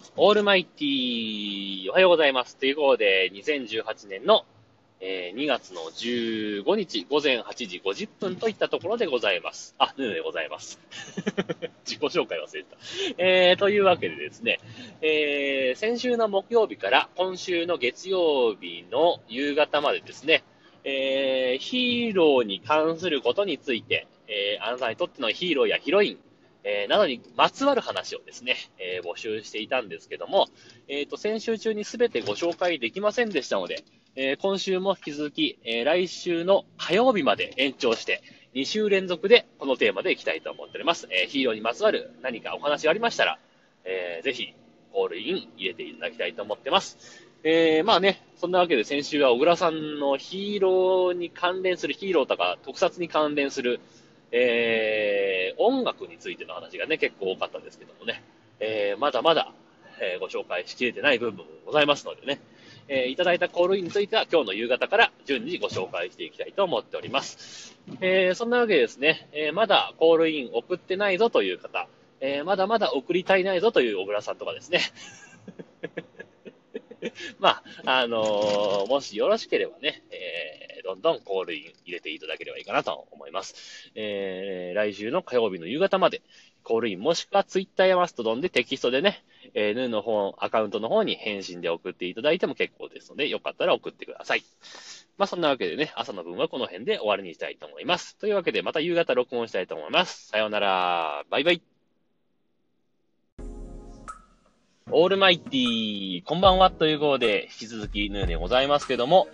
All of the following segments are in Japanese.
オールマイティー、おはようございます。ということで、2018年の、2月の15日午前8時50分といったところでございます。ヌーでございます。自己紹介忘れてた。というわけでですね、先週の木曜日から今週の月曜日の夕方までですね、ヒーローに関することについて、あなたにとってのヒーローやヒロイン、などにまつわる話をですね、募集していたんですけども、先週中にすべてご紹介できませんでしたので、今週も引き続き、来週の火曜日まで延長して、2週連続でこのテーマでいきたいと思っております。ヒーローにまつわる何かお話がありましたら、ぜひ、コールイン入れていただきたいと思ってます。まあね、そんなわけで先週は小倉さんのヒーローに関連する、ヒーローとか特撮に関連する、音楽についての話がね、結構多かったですけどもね、まだまだ、ご紹介しきれてない部分もございますのでね、いただいたコールインについては今日の夕方から順次ご紹介していきたいと思っております。そんなわけでですね、まだコールイン送ってないぞという方、まだまだ送り足りないぞという小倉さんとかですね、まあ、もしよろしければね、どんどんコールイン入れていただければいいかなと思います。来週の火曜日の夕方まで、コールインもしくはツイッターやマストドンでテキストでね、ヌーの方、アカウントの方に返信で送っていただいても結構ですので、よかったら送ってください。まあそんなわけでね、朝の分はこの辺で終わりにしたいと思います。というわけでまた夕方録音したいと思います。さようなら。バイバイ。オールマイティー、こんばんはということで、引き続きヌーでございますけども、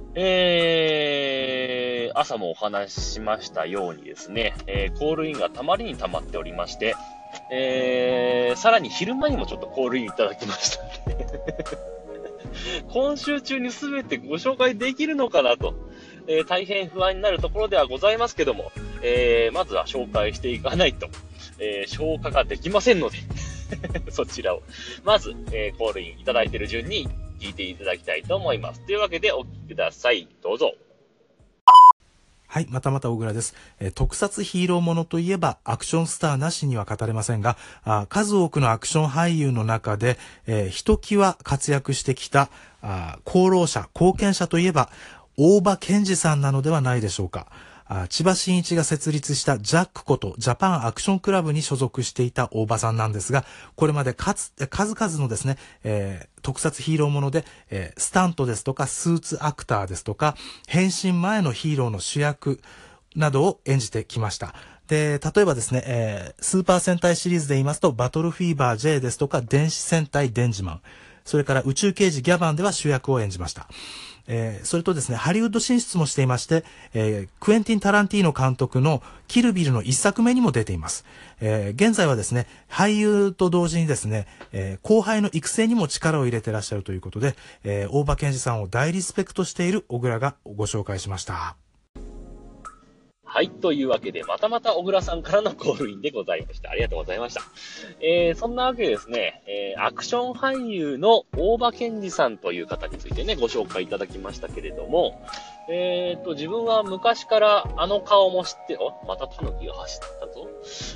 朝もお話ししましたようにですね、コールインがたまりにたまっておりまして、さらに昼間にもちょっとコールインいただきましたね。今週中にすべてご紹介できるのかなと、大変不安になるところではございますけども、まずは紹介していかないと、消化ができませんので、そちらを。まず、コールインいただいている順に聞いていただきたいと思います。というわけでお聞きください。どうぞ。 はい、またまた小倉です。特撮ヒーローものといえばアクションスターなしには語れませんが、数多くのアクション俳優の中で、ひときわ活躍してきた功労者、貢献者といえば大場健二さんなのではないでしょうか。千葉真一が設立したジャックことジャパンアクションクラブに所属していた大場さんなんですが、これまで数々のですね、特撮ヒーローもので、スタントですとかスーツアクターですとか変身前のヒーローの主役などを演じてきました。で、例えばですね、スーパー戦隊シリーズで言いますとバトルフィーバー J ですとか電子戦隊デンジマン、それから宇宙刑事ギャバンでは主役を演じました。それとですね、ハリウッド進出もしていまして、クエンティン・タランティーノ監督のキルビルの一作目にも出ています。現在はですね、俳優と同時にですね、後輩の育成にも力を入れていらっしゃるということで、大場健二さんを大リスペクトしている小倉がご紹介しました。 はい。というわけで、またまた小倉さんからのコールインでございました。ありがとうございました。そんなわけでですね、アクション俳優の大場健二さんという方についてね、ご紹介いただきましたけれども、自分は昔からあの顔も知って、またタヌキが走ったぞ。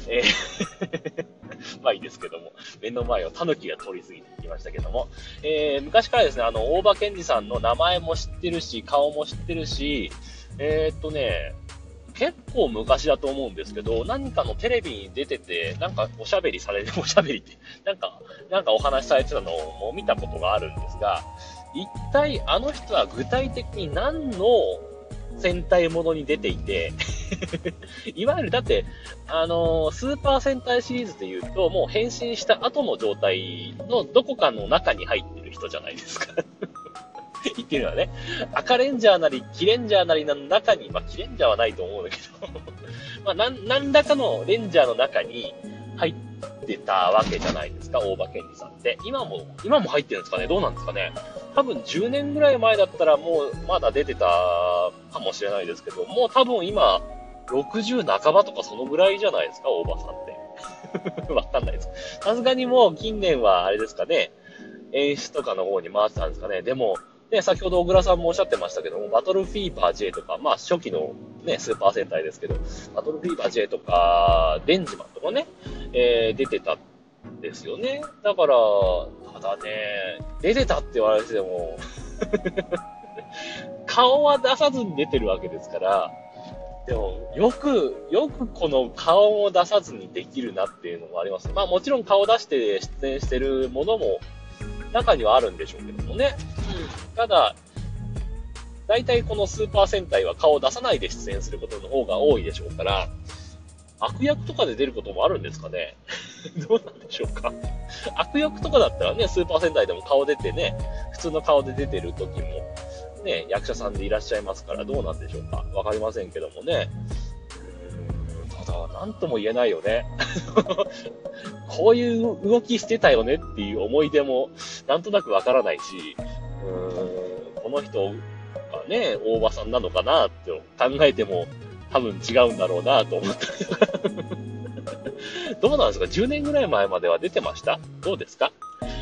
まあいいですけども、目の前をタヌキが通り過ぎてきましたけども、昔からですね、大場健二さんの名前も知ってるし、顔も知ってるし、結構昔だと思うんですけど、何かのテレビに出てて、なんかおしゃべりされる、おしゃべりって、なんかお話しされてたのを見たことがあるんですが、一体あの人は具体的に何の戦隊ものに出ていて、いわゆるだって、スーパー戦隊シリーズで言うと、もう変身した後の状態のどこかの中に入ってる人じゃないですか。言ってるのはね、赤レンジャーなり、キレンジャーなりの中に、キレンジャーはないと思うんだけど、何らかのレンジャーの中に入ってたわけじゃないですか、大場健二さんって。今も入ってるんですかね、どうなんですかね。多分10年ぐらい前だったらもうまだ出てたかもしれないですけど、もう多分今、60半ばとかそのぐらいじゃないですか、大場さんって。わかんないです。さすがにもう近年はあれですかね、演出とかの方に回ってたんですかね。でも、ね、先ほど小倉さんもおっしゃってましたけども、バトルフィーバー J とか、初期のね、スーパー戦隊ですけど、バトルフィーバー J とか、デンジマンとかね、出てたですよね。だから、ただね、出てたって言われても、顔は出さずに出てるわけですから、でも、よくこの顔を出さずにできるなっていうのもあります。まあもちろん顔出して出演してるものも中にはあるんでしょうけどもね。ただ、大体このスーパー戦隊は顔を出さないで出演することの方が多いでしょうから、悪役とかで出ることもあるんですかね。どうなんでしょうか。悪役とかだったらね、スーパー戦隊でも顔出てね、普通の顔で出てる時も、ね、役者さんでいらっしゃいますからどうなんでしょうか。わかりませんけどもね。ただ、なんとも言えないよね。こういう動きしてたよねっていう思い出も、なんとなくわからないし、この人がね、大場さんなのかなって考えても、多分違うんだろうなと思った。どうなんですか ?10 年ぐらい前までは出てました？どうですか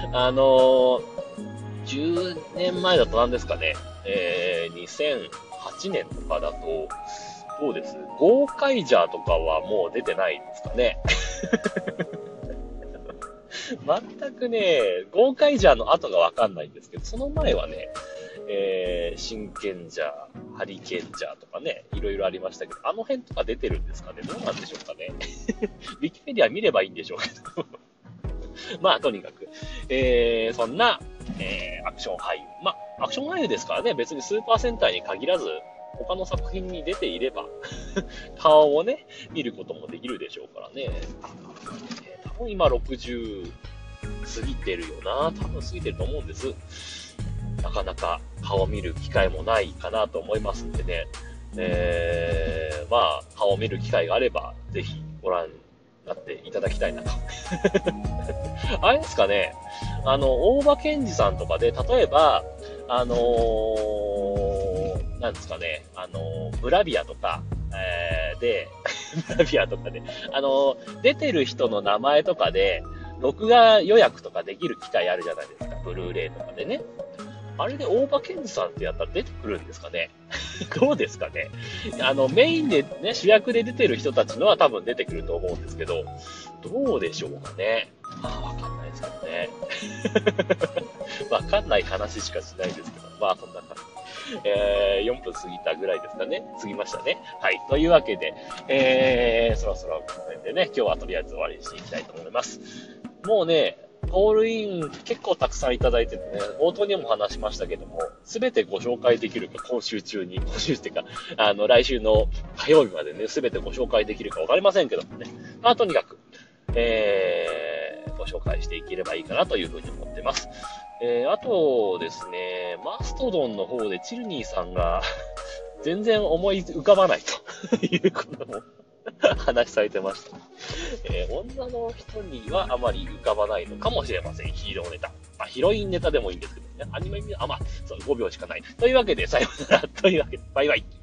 10年前だと何ですかね、2008年とかだと、どうです？ゴーカイジャーとかはもう出てないですかね。全くね、ゴーカイジャーの後がわかんないんですけど、その前はね、真剣ジャー、ハリケーンジャーとかね、いろいろありましたけど、あの辺とか出てるんですかね。どうなんでしょうかね。ウィキペディア見ればいいんでしょうけど。まあ、とにかく、そんな、アクション俳優。まあ、アクション俳優ですからね、別にスーパー戦隊に限らず、他の作品に出ていれば、顔をね、見ることもできるでしょうからね。多分今60過ぎてるよな。多分過ぎてると思うんです。なかなか顔を見る機会もないかなと思いますんでね。まあ、顔を見る機会があれば、ぜひご覧になっていただきたいなと。あれですかね、大場健二さんとかで、例えば、なんですかね、ブラビアとか、で、ブラビアとかで、出てる人の名前とかで、録画予約とかできる機会あるじゃないですか、ブルーレイとかでね。あれで大場健二さんってやったら出てくるんですかね。どうですかね。メインでね、主役で出てる人たちのは多分出てくると思うんですけど、どうでしょうかね。わかんないですけどね。わかんない話しかしないですけど、まあそんな感じ。4分過ぎたぐらいですかね。過ぎましたね。はい。というわけで、そろそろこの辺でね、今日はとりあえず終わりにしていきたいと思います。もうね、コールイン結構たくさんいただいててね、冒頭にも話しましたけども、すべてご紹介できるか、今週っていうか、来週の火曜日までね、すべてご紹介できるかわかりませんけどもね。まあ、とにかく、ご紹介していければいいかなというふうに思ってます。あとですね、マストドンの方でチルニーさんが全然思い浮かばないということも話されてました。女の人にはあまり浮かばないのかもしれません。ヒーローネタ。まあ、ヒロインネタでもいいんですけどね。アニメ、まあ、そう、5秒しかない。というわけで、さようなら。というわけで、バイバイ。